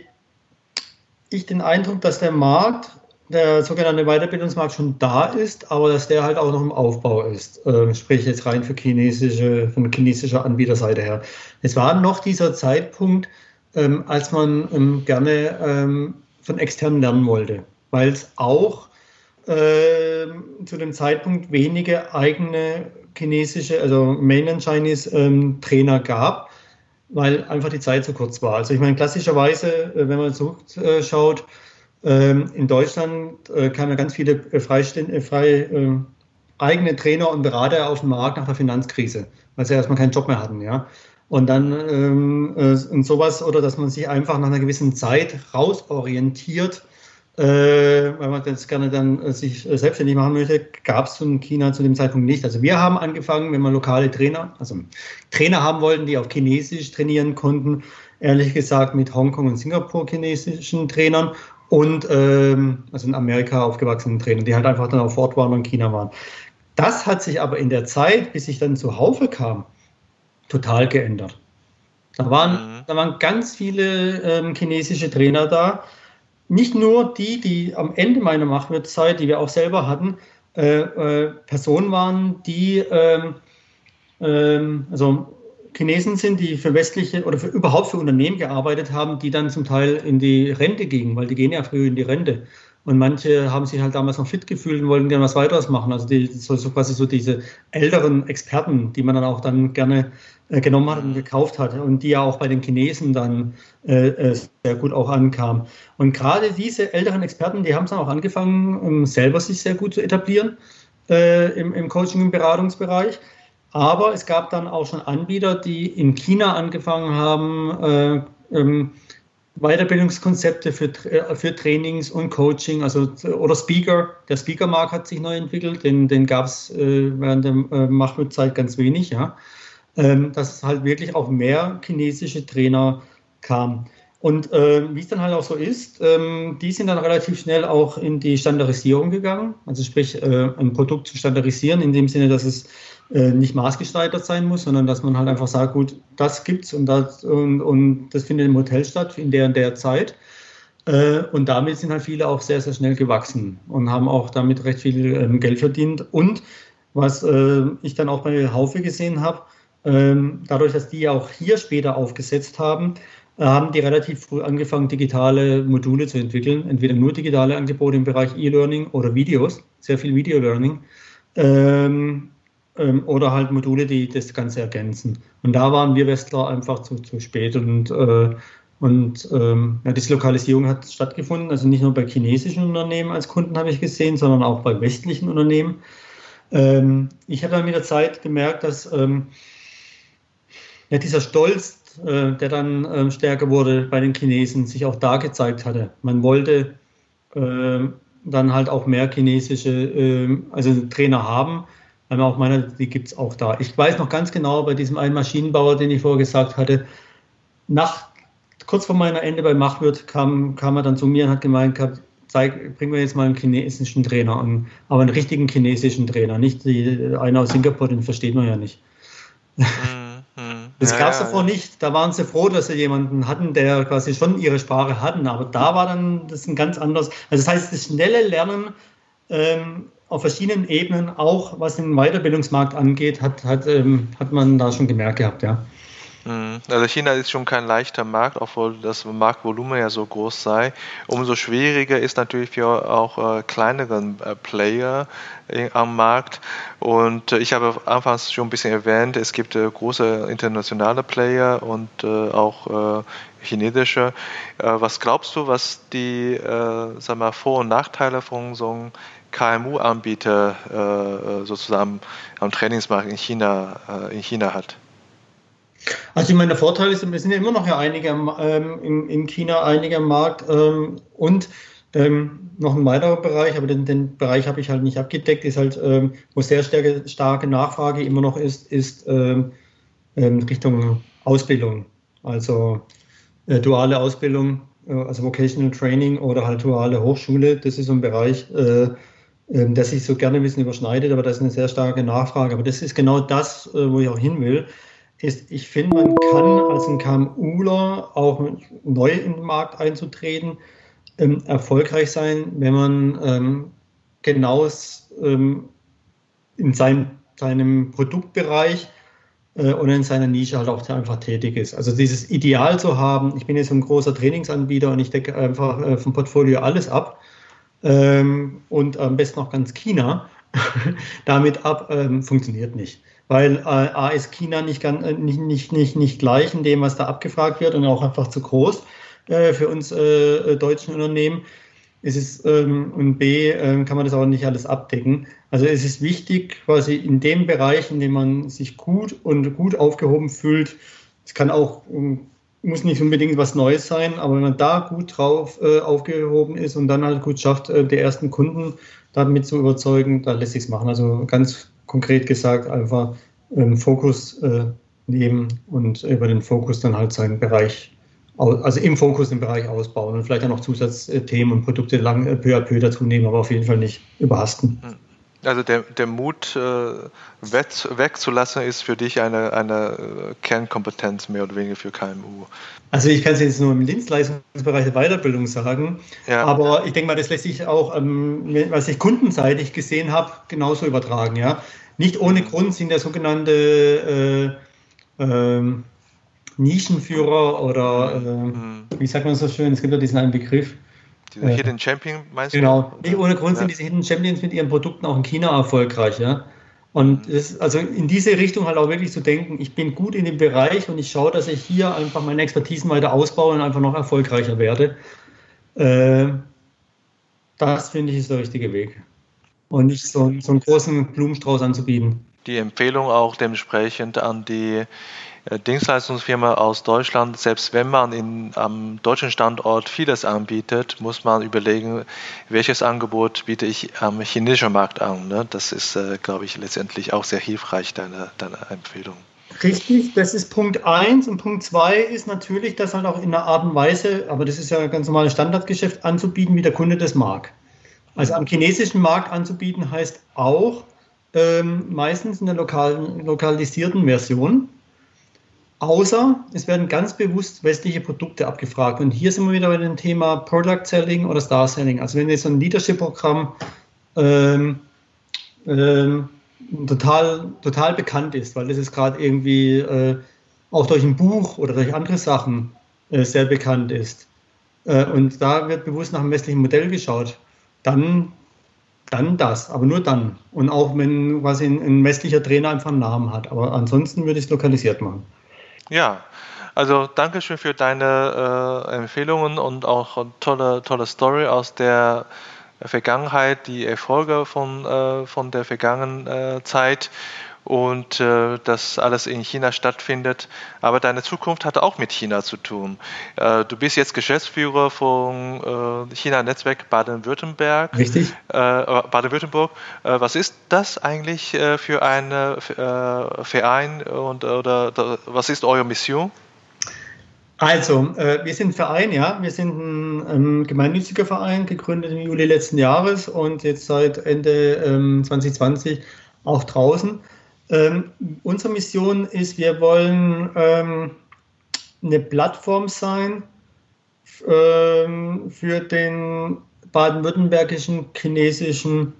B: ich den Eindruck, dass der Markt, der sogenannte Weiterbildungsmarkt schon da ist, aber dass der halt auch noch im Aufbau ist. Ähm, sprich jetzt rein für chinesische, von chinesischer Anbieterseite her. Es war noch dieser Zeitpunkt, ähm, als man ähm, gerne ähm, von externen lernen wollte, weil es auch ähm, zu dem Zeitpunkt wenige eigene chinesische, also Mainland Chinese ähm, Trainer gab, weil einfach die Zeit zu kurz war. Also ich meine, klassischerweise, wenn man zurückschaut, in Deutschland kamen ja ganz viele freiständige, frei, eigene Trainer und Berater auf den Markt nach der Finanzkrise, weil sie erstmal keinen Job mehr hatten, ja. Und dann ähm, und sowas, oder dass man sich einfach nach einer gewissen Zeit rausorientiert, äh, weil man das gerne dann äh, sich äh, selbstständig machen möchte, gab es in China zu dem Zeitpunkt nicht. Also wir haben angefangen, wenn wir lokale Trainer, also Trainer haben wollten, die auf Chinesisch trainieren konnten, ehrlich gesagt mit Hongkong und Singapur chinesischen Trainern und ähm, also in Amerika aufgewachsenen Trainern, die halt einfach dann auch vor Ort waren und in China waren. Das hat sich aber in der Zeit, bis ich dann zu Haufe kam, total geändert. Da waren,
A: Mhm.
B: da waren ganz viele ähm, chinesische Trainer da. Nicht nur die, die am Ende meiner Mahmoud-Zeit, die wir auch selber hatten, äh, äh, Personen waren, die ähm, ähm, also Chinesen sind, die für westliche oder für, überhaupt für Unternehmen gearbeitet haben, die dann zum Teil in die Rente gingen, weil die gehen ja früh in die Rente. Und manche haben sich halt damals noch fit gefühlt und wollten gerne was weiteres machen. Also die, so, so quasi so diese älteren Experten, die man dann auch dann gerne äh, genommen hat und gekauft hat und die ja auch bei den Chinesen dann äh, sehr gut auch ankamen. Und gerade diese älteren Experten, die haben es dann auch angefangen, um selber sich sehr gut zu etablieren äh, im, im Coaching- und Beratungsbereich. Aber es gab dann auch schon Anbieter, die in China angefangen haben, äh, ähm, Weiterbildungskonzepte für, für Trainings und Coaching, also oder Speaker. Der Speaker-Markt hat sich neu entwickelt, den, den gab es äh, während der äh, Mahmoud-Zeit ganz wenig, ja. Ähm, dass es halt wirklich auch mehr chinesische Trainer kam. Und äh, wie es dann halt auch so ist, ähm, die sind dann relativ schnell auch in die Standardisierung gegangen. Also sprich, äh, ein Produkt zu standardisieren, in dem Sinne, dass es äh, nicht maßgeschneidert sein muss, sondern dass man halt einfach sagt, gut, das gibt's und das, und, und das findet im Hotel statt, in der und der Zeit. Äh, und damit sind halt viele auch sehr, sehr schnell gewachsen und haben auch damit recht viel ähm, Geld verdient. Und was äh, ich dann auch bei Haufe gesehen habe, ähm, dadurch, dass die auch hier später aufgesetzt haben, haben die relativ früh angefangen, digitale Module zu entwickeln, entweder nur digitale Angebote im Bereich E-Learning oder Videos, sehr viel Video-Learning, ähm, ähm, oder halt Module, die das Ganze ergänzen. Und da waren wir Westler einfach zu, zu spät und, äh, und ähm, ja, diese Lokalisierung hat stattgefunden, also nicht nur bei chinesischen Unternehmen als Kunden habe ich gesehen, sondern auch bei westlichen Unternehmen. Ähm, ich habe dann mit der Zeit gemerkt, dass ähm, ja, dieser Stolz, der dann ähm, stärker wurde bei den Chinesen, sich auch da gezeigt hatte. Man wollte äh, dann halt auch mehr chinesische äh, also Trainer haben, weil man auch meinte, die gibt es auch da. Ich weiß noch ganz genau, bei diesem einen Maschinenbauer, den ich vorher gesagt hatte, nach, kurz vor meiner Ende bei Machwirt kam, kam er dann zu mir und hat gemeint gehabt, zeig, bringen wir jetzt mal einen chinesischen Trainer an, aber einen richtigen chinesischen Trainer, nicht die, einer aus Singapur, den versteht man ja nicht.
A: Mhm.
B: Das
A: ja,
B: gab es
A: ja,
B: davor
A: ja.
B: nicht. Da waren sie froh, dass sie jemanden hatten, der quasi schon ihre Sprache hatten. Aber da war dann das ein ganz anderes. Also das heißt, das schnelle Lernen ähm, auf verschiedenen Ebenen, auch was den Weiterbildungsmarkt angeht, hat, hat, ähm, hat man da schon gemerkt gehabt, ja.
A: Also China ist schon kein leichter Markt, obwohl das Marktvolumen ja so groß sei. Umso schwieriger ist natürlich für auch äh, kleineren äh, Player äh, am Markt. Und äh, ich habe anfangs schon ein bisschen erwähnt, es gibt äh, große internationale Player und äh, auch äh, chinesische. Äh, was glaubst du, was die äh, sag mal, Vor- und Nachteile von so einem K M U-Anbieter äh, sozusagen am Trainingsmarkt in China, äh, in China hat?
B: Also ich meine, der Vorteil ist, wir sind ja immer noch ja einige ähm, in, in China, einige am Markt ähm, und ähm, noch ein weiterer Bereich, aber den, den Bereich habe ich halt nicht abgedeckt, ist halt, ähm, wo sehr starke, starke Nachfrage immer noch ist, ist ähm, ähm, Richtung Ausbildung, also äh, duale Ausbildung, äh, also Vocational Training oder halt duale Hochschule. Das ist so ein Bereich, äh, äh, der sich so gerne ein bisschen überschneidet, aber das ist eine sehr starke Nachfrage. Aber das ist genau das, äh, wo ich auch hin will. Ist, ich finde, man kann als ein KMUler auch neu in den Markt einzutreten, ähm, erfolgreich sein, wenn man ähm, genau ähm, in seinem, seinem Produktbereich äh, oder in seiner Nische halt auch einfach tätig ist. Also dieses Ideal zu haben, ich bin jetzt ein großer Trainingsanbieter und ich decke einfach äh, vom Portfolio alles ab ähm, und am besten auch ganz China damit ab, ähm, funktioniert nicht. Weil äh, A ist China nicht, ganz, äh, nicht, nicht, nicht, nicht gleich in dem, was da abgefragt wird und auch einfach zu groß äh, für uns äh, deutschen Unternehmen. Es ist, ähm, und B, äh, kann man das auch nicht alles abdecken. Also es ist wichtig, quasi in dem Bereich, in dem man sich gut und gut aufgehoben fühlt, es kann auch, muss nicht unbedingt was Neues sein, aber wenn man da gut drauf äh, aufgehoben ist und dann halt gut schafft, äh, die ersten Kunden damit zu überzeugen, dann lässt sich es machen. Also ganz konkret gesagt, einfach einen Fokus äh, nehmen und über den Fokus dann halt seinen Bereich, also im Fokus den Bereich ausbauen und vielleicht auch noch Zusatzthemen und Produkte lang äh, peu à peu dazu nehmen, aber auf jeden Fall nicht überhasten.
A: Also der, der Mut, äh, weg, wegzulassen, ist für dich eine, eine Kernkompetenz mehr oder weniger für K M U.
B: Also ich kann es jetzt nur im Dienstleistungsbereich der Weiterbildung sagen, ja. Aber ich denke mal, das lässt sich auch, ähm, was ich kundenseitig gesehen habe, genauso übertragen. Ja? Nicht ohne Grund sind ja sogenannte äh, äh, Nischenführer oder, äh, mhm. wie sagt man so schön, es gibt ja diesen einen Begriff.
A: Diese äh, Hidden Champion, meinst
B: genau.
A: du?
B: Genau, nicht ohne Grund ja. sind diese Hidden Champions mit ihren Produkten auch in China erfolgreich. Ja? Und mhm. das, also in diese Richtung halt auch wirklich zu denken, ich bin gut in dem Bereich und ich schaue, dass ich hier einfach meine Expertisen weiter ausbaue und einfach noch erfolgreicher werde. Äh, das finde ich ist der richtige Weg. Und nicht so, so einen großen Blumenstrauß anzubieten.
A: Die Empfehlung auch dementsprechend an die Dienstleistungsfirma aus Deutschland, selbst wenn man in, am deutschen Standort vieles anbietet, muss man überlegen, welches Angebot biete ich am chinesischen Markt an. Ne? Das ist, äh, glaube ich, letztendlich auch sehr hilfreich, deine, deine Empfehlung.
B: Richtig, das ist Punkt eins und Punkt zwei ist natürlich, das halt auch in einer Art und Weise, aber das ist ja ein ganz normales Standardgeschäft, anzubieten, wie der Kunde das mag. Also am chinesischen Markt anzubieten heißt auch ähm, meistens in der lokalen, lokalisierten Version, außer es werden ganz bewusst westliche Produkte abgefragt. Und hier sind wir wieder bei dem Thema Product Selling oder Star Selling. Also wenn jetzt so ein Leadership-Programm ähm, ähm, total, total bekannt ist, weil das ist gerade irgendwie äh, auch durch ein Buch oder durch andere Sachen äh, sehr bekannt ist. Äh, und da wird bewusst nach dem westlichen Modell geschaut. Dann, dann das, aber nur dann. Und auch wenn quasi ein, ein westlicher Trainer einfach einen Namen hat. Aber ansonsten würde ich es lokalisiert machen.
A: Ja, also danke schön für deine äh, Empfehlungen und auch eine tolle, tolle Story aus der Vergangenheit, die Erfolge von, äh, von der vergangenen äh, Zeit und äh, dass alles in China stattfindet. Aber deine Zukunft hat auch mit China zu tun. Äh, du bist jetzt Geschäftsführer von äh, China-Netzwerk Baden-Württemberg.
B: Richtig.
A: Äh, Baden-Württemberg. Äh, was ist das eigentlich äh, für ein äh, Verein und oder, oder was ist eure Mission?
B: Also, äh, wir sind ein Verein, ja. Wir sind ein ähm, gemeinnütziger Verein, gegründet im Juli letzten Jahres und jetzt seit Ende ähm, zwanzig zwanzig auch draußen. Ähm, unsere Mission ist, wir wollen ähm, eine Plattform sein ähm, für den baden-württembergischen chinesischen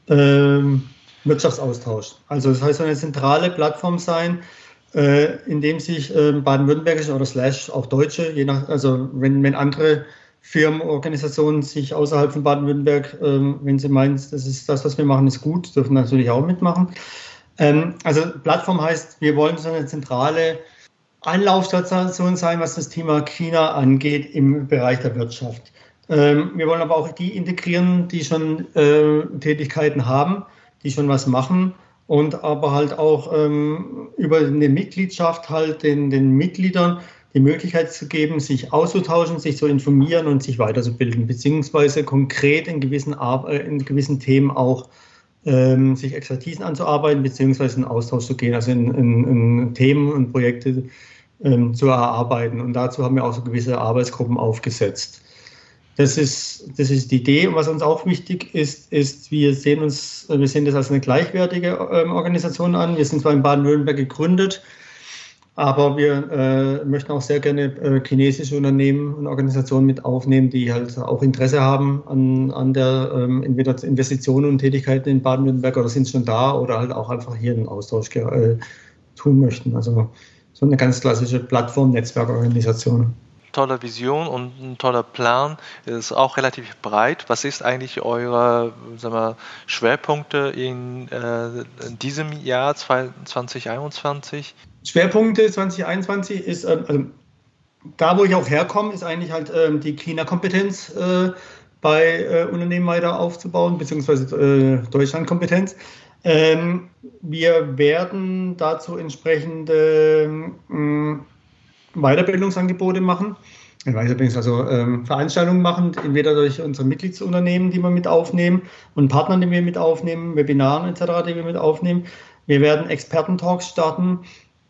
B: ähm, Wirtschaftsaustausch. Also das heißt, eine zentrale Plattform sein, äh, in dem sich äh, baden-württembergische oder slash auch Deutsche, je nach, also wenn, wenn andere Firmen, Organisationen sich außerhalb von Baden-Württemberg, äh, wenn sie meinen, das ist das, was wir machen, ist gut, dürfen natürlich auch mitmachen. Ähm, also Plattform heißt, wir wollen so eine zentrale Anlaufstation sein, was das Thema China angeht im Bereich der Wirtschaft. Ähm, wir wollen aber auch die integrieren, die schon äh, Tätigkeiten haben, die schon was machen und aber halt auch ähm, über eine Mitgliedschaft halt den, den Mitgliedern die Möglichkeit zu geben, sich auszutauschen, sich zu informieren und sich weiterzubilden, beziehungsweise konkret in gewissen, Ar- in gewissen Themen auch ähm, sich Expertisen anzuarbeiten, beziehungsweise in Austausch zu gehen, also in, in, in Themen und Projekte ähm, zu erarbeiten. Und dazu haben wir auch so gewisse Arbeitsgruppen aufgesetzt. Das ist, das ist die Idee. Und was uns auch wichtig ist, ist, wir sehen uns, wir sehen das als eine gleichwertige ähm, Organisation an. Wir sind zwar in Baden-Württemberg gegründet, aber wir äh, möchten auch sehr gerne äh, chinesische Unternehmen und Organisationen mit aufnehmen, die halt auch Interesse haben an, an der ähm, entweder Investitionen und Tätigkeiten in Baden-Württemberg oder sind schon da oder halt auch einfach hier einen Austausch äh, tun möchten. Also so eine ganz klassische Plattform-Netzwerkorganisation.
A: Tolle Vision und ein toller Plan. Ist auch relativ breit. Was ist eigentlich eure, sagen wir, Schwerpunkte in, äh, in diesem Jahr zwanzig einundzwanzig?
B: Schwerpunkte zwanzig einundzwanzig ist, ähm, also da wo ich auch herkomme, ist eigentlich halt ähm, die China-Kompetenz äh, bei äh, Unternehmen weiter aufzubauen, beziehungsweise äh, Deutschland-Kompetenz. Ähm, wir werden dazu entsprechende ähm, Weiterbildungsangebote machen, also ähm, Veranstaltungen machen, entweder durch unsere Mitgliedsunternehmen, die wir mit aufnehmen und Partnern, die wir mit aufnehmen, Webinaren et cetera, die wir mit aufnehmen. Wir werden Experten-Talks starten,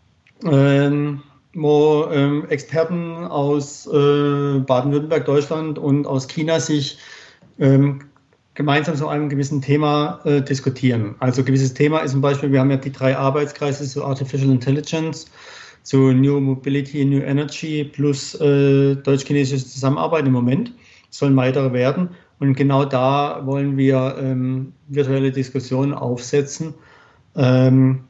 B: ähm, wo ähm, Experten aus äh, Baden-Württemberg, Deutschland und aus China sich ähm, gemeinsam zu einem gewissen Thema äh, diskutieren. Also gewisses Thema ist zum Beispiel, wir haben ja die drei Arbeitskreise zu Artificial Intelligence, zu New Mobility, New Energy plus äh, deutsch-chinesische Zusammenarbeit im Moment. Es sollen weitere werden. Und genau da wollen wir ähm, virtuelle Diskussionen aufsetzen ähm,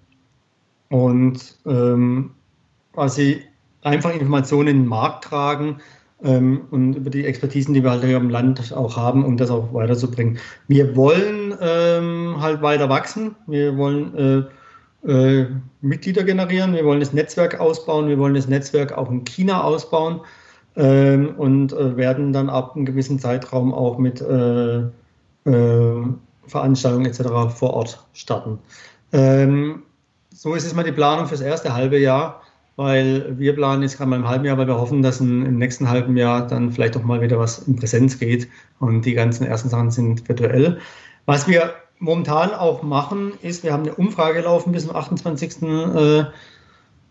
B: und ähm, quasi einfach Informationen in den Markt tragen ähm, und über die Expertisen, die wir halt hier im Land auch haben, um das auch weiterzubringen. Wir wollen ähm, halt weiter wachsen. Wir wollen äh, Äh, Mitglieder generieren, wir wollen das Netzwerk ausbauen, wir wollen das Netzwerk auch in China ausbauen ähm, und äh, werden dann ab einem gewissen Zeitraum auch mit äh, äh, Veranstaltungen et cetera vor Ort starten. Ähm, so ist es mal die Planung fürs erste halbe Jahr, weil wir planen jetzt gerade mal im halben Jahr, weil wir hoffen, dass in, im nächsten halben Jahr dann vielleicht auch mal wieder was in Präsenz geht und die ganzen ersten Sachen sind virtuell. Was wir momentan auch machen, ist, wir haben eine Umfrage laufen bis zum achtundzwanzigsten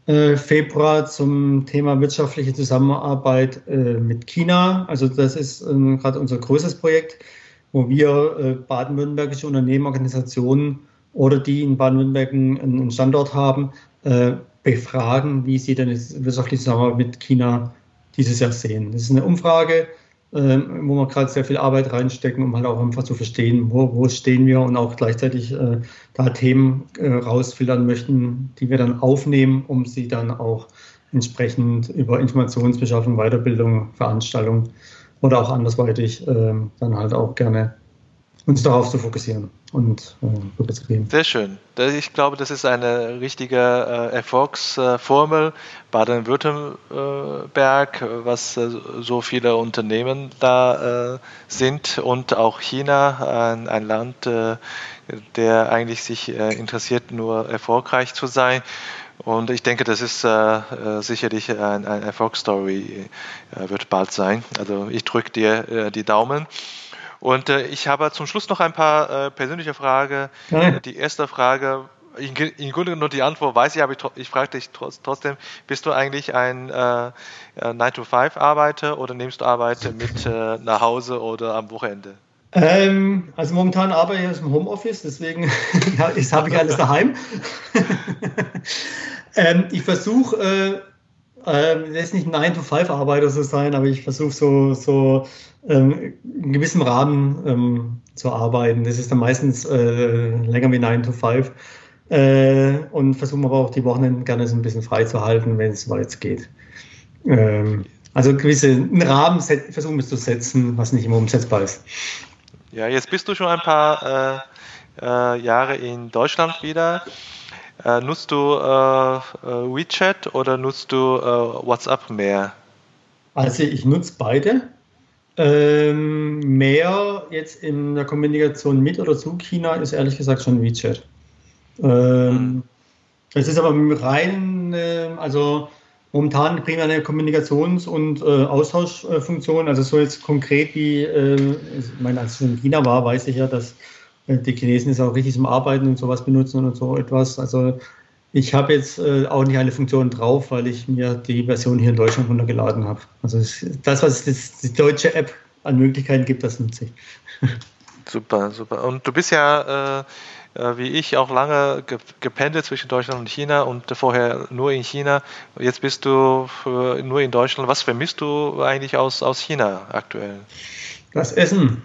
B: äh, Februar zum Thema wirtschaftliche Zusammenarbeit äh, mit China. Also das ist ähm, gerade unser größtes Projekt, wo wir äh, baden-württembergische Unternehmen, Organisationen oder die in Baden-Württemberg einen Standort haben, äh, befragen, wie sie denn die wirtschaftliche Zusammenarbeit mit China dieses Jahr sehen. Das ist eine Umfrage, äh, wo wir gerade sehr viel Arbeit reinstecken, um halt auch einfach zu verstehen, wo, wo stehen wir und auch gleichzeitig äh, da Themen äh, rausfiltern möchten, die wir dann aufnehmen, um sie dann auch entsprechend über Informationsbeschaffung, Weiterbildung, Veranstaltung oder auch andersweitig äh, dann halt auch gerne uns darauf zu fokussieren und äh, rüberzugeben.
A: Sehr schön. Ich glaube, das ist eine richtige äh, Erfolgsformel Baden-Württemberg, was äh, so viele Unternehmen da äh, sind und auch China, ein, ein Land, äh, der eigentlich sich äh, interessiert, nur erfolgreich zu sein. Und ich denke, das ist äh, sicherlich ein, ein Erfolgsstory, äh, wird bald sein. Also ich drücke dir äh, die Daumen. Und äh, ich habe zum Schluss noch ein paar äh, persönliche Fragen.
B: Ja.
A: Die erste Frage, im Grunde nur die Antwort weiß ich, aber ich, ich frage dich trotzdem, bist du eigentlich ein äh, nine to five Arbeiter oder nimmst du Arbeit mit äh, nach Hause oder am Wochenende?
B: Ähm, also momentan arbeite ich aus dem Homeoffice, deswegen ja, habe ich alles daheim. ähm, ich versuche, äh, äh, das ist nicht ein nine to five Arbeiter zu sein, aber ich versuche so, so ähm, in gewissem Rahmen ähm, zu arbeiten. Das ist dann meistens äh, länger wie nine to five äh, und versuche aber auch die Wochenenden gerne so ein bisschen frei zu halten, wenn es weit geht. Ähm, also gewisse einen Rahmen versuchen wir zu setzen, was nicht immer umsetzbar ist.
A: Ja, jetzt bist du schon ein paar äh, äh, Jahre in Deutschland wieder. Äh, nutzt du äh, WeChat oder nutzt du äh, WhatsApp mehr?
B: Also ich nutze beide. Ähm, mehr jetzt in der Kommunikation mit oder zu China ist ehrlich gesagt schon WeChat. Ähm, hm. Es ist aber rein, äh, also momentan primär eine Kommunikations- und äh, Austauschfunktion. Also so jetzt konkret wie, äh, ich meine, als ich in China war, weiß ich ja, dass äh, die Chinesen es auch richtig zum Arbeiten und sowas benutzen und so etwas. Also ich habe jetzt äh, auch nicht alle Funktionen drauf, weil ich mir die Version hier in Deutschland runtergeladen habe. Also das, was das, die deutsche App an Möglichkeiten gibt, das nutze ich.
A: Super, super. Und du bist ja, äh, wie ich, auch lange gependelt zwischen Deutschland und China und vorher nur in China. Jetzt bist du nur in Deutschland. Was vermisst du eigentlich aus, aus China aktuell?
B: Das Essen.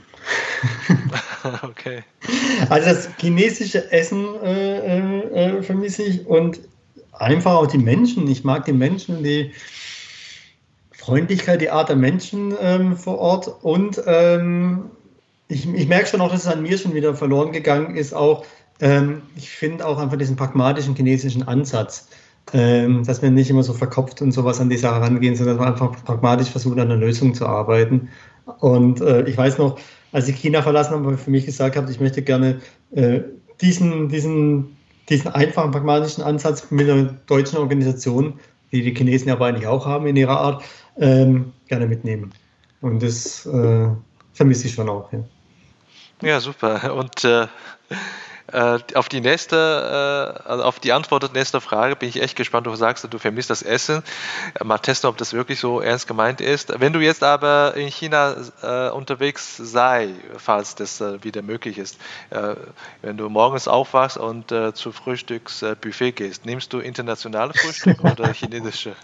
A: Okay.
B: Also das chinesische Essen äh, äh, vermisse ich und einfach auch die Menschen. Ich mag die Menschen, die Freundlichkeit, die Art der Menschen ähm, vor Ort und ähm, ich, ich merke schon auch, dass es an mir schon wieder verloren gegangen ist. Auch ähm, ich finde auch einfach diesen pragmatischen chinesischen Ansatz, ähm, dass wir nicht immer so verkopft und sowas an die Sache rangehen, sondern dass wir einfach pragmatisch versuchen, an einer Lösung zu arbeiten. Und äh, ich weiß noch, als ich China verlassen habe, habe ich für mich gesagt habe, ich möchte gerne äh, diesen, diesen, diesen einfachen, pragmatischen Ansatz mit einer deutschen Organisation, die die Chinesen aber eigentlich auch haben in ihrer Art, ähm, gerne mitnehmen. Und das äh, vermisse ich schon auch. Ja,
A: ja super. Und äh, äh, auf die nächste, äh, also auf die Antwort der nächsten Frage bin ich echt gespannt. Du sagst, du vermisst das Essen. Mal testen, ob das wirklich so ernst gemeint ist. Wenn du jetzt aber in China äh, unterwegs sei, falls das äh, wieder möglich ist, äh, wenn du morgens aufwachst und äh, zu Frühstücksbuffet gehst, nimmst du internationale Frühstück oder chinesische?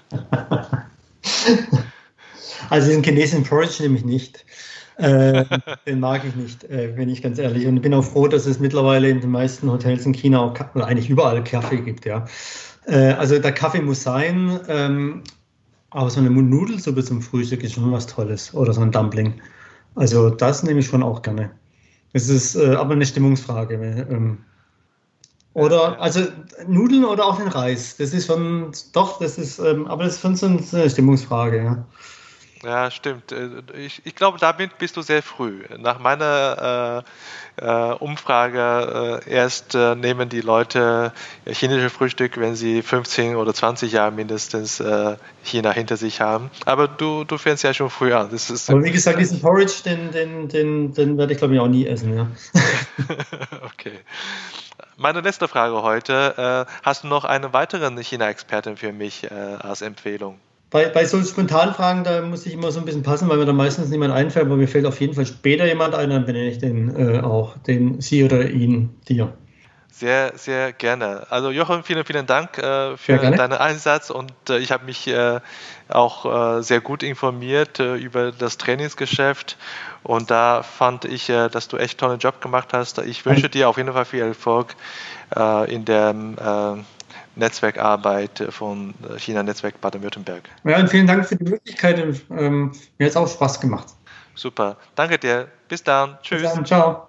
B: Also den chinesischen Porridge nehme ich nicht. Äh, den mag ich nicht, äh, bin ich ganz ehrlich. Und ich bin auch froh, dass es mittlerweile in den meisten Hotels in China auch, oder eigentlich überall Kaffee gibt, ja. Äh, also der Kaffee muss sein, ähm, aber so eine Nudelsuppe zum Frühstück ist schon was Tolles. Oder so ein Dumpling. Also das nehme ich schon auch gerne. Es ist äh, aber eine Stimmungsfrage. Ähm, oder, also Nudeln oder auch den Reis. Das ist schon, doch, das ist, ähm, aber das ist schon so eine Stimmungsfrage, ja.
A: Ja, stimmt. Ich, ich glaube, damit bist du sehr früh. Nach meiner äh, äh, Umfrage äh, erst äh, nehmen die Leute chinesische Frühstück, wenn sie fünfzehn oder zwanzig Jahre mindestens äh, China hinter sich haben. Aber du, du fängst ja schon früh an. Das ist
B: Aber wie gesagt, diesen Porridge, den, den, den, den werde ich glaube ich auch nie essen. Ja.
A: Okay. Meine letzte Frage heute. Äh, hast du noch einen weiteren China-Experten für mich äh, als Empfehlung?
B: Bei, bei so spontanen Fragen, da muss ich immer so ein bisschen passen, weil mir da meistens niemand einfällt, aber mir fällt auf jeden Fall später jemand ein, dann benenne ich den äh, auch, den Sie oder ihn, dir.
A: Sehr, sehr gerne. Also Jochen, vielen, vielen Dank äh,
B: Ja,
A: für
B: gerne.
A: deinen Einsatz und äh, ich habe mich äh, auch äh, sehr gut informiert äh, über das Trainingsgeschäft und da fand ich, äh, dass du echt tollen Job gemacht hast. Ich wünsche dir auf jeden Fall viel Erfolg äh, in der äh, Netzwerkarbeit von China Netzwerk Baden-Württemberg.
B: Ja, und vielen Dank für die Möglichkeit. Und, ähm, mir hat es auch Spaß gemacht.
A: Super. Danke dir. Bis dann.
B: Bis
A: Tschüss.
B: dann, ciao.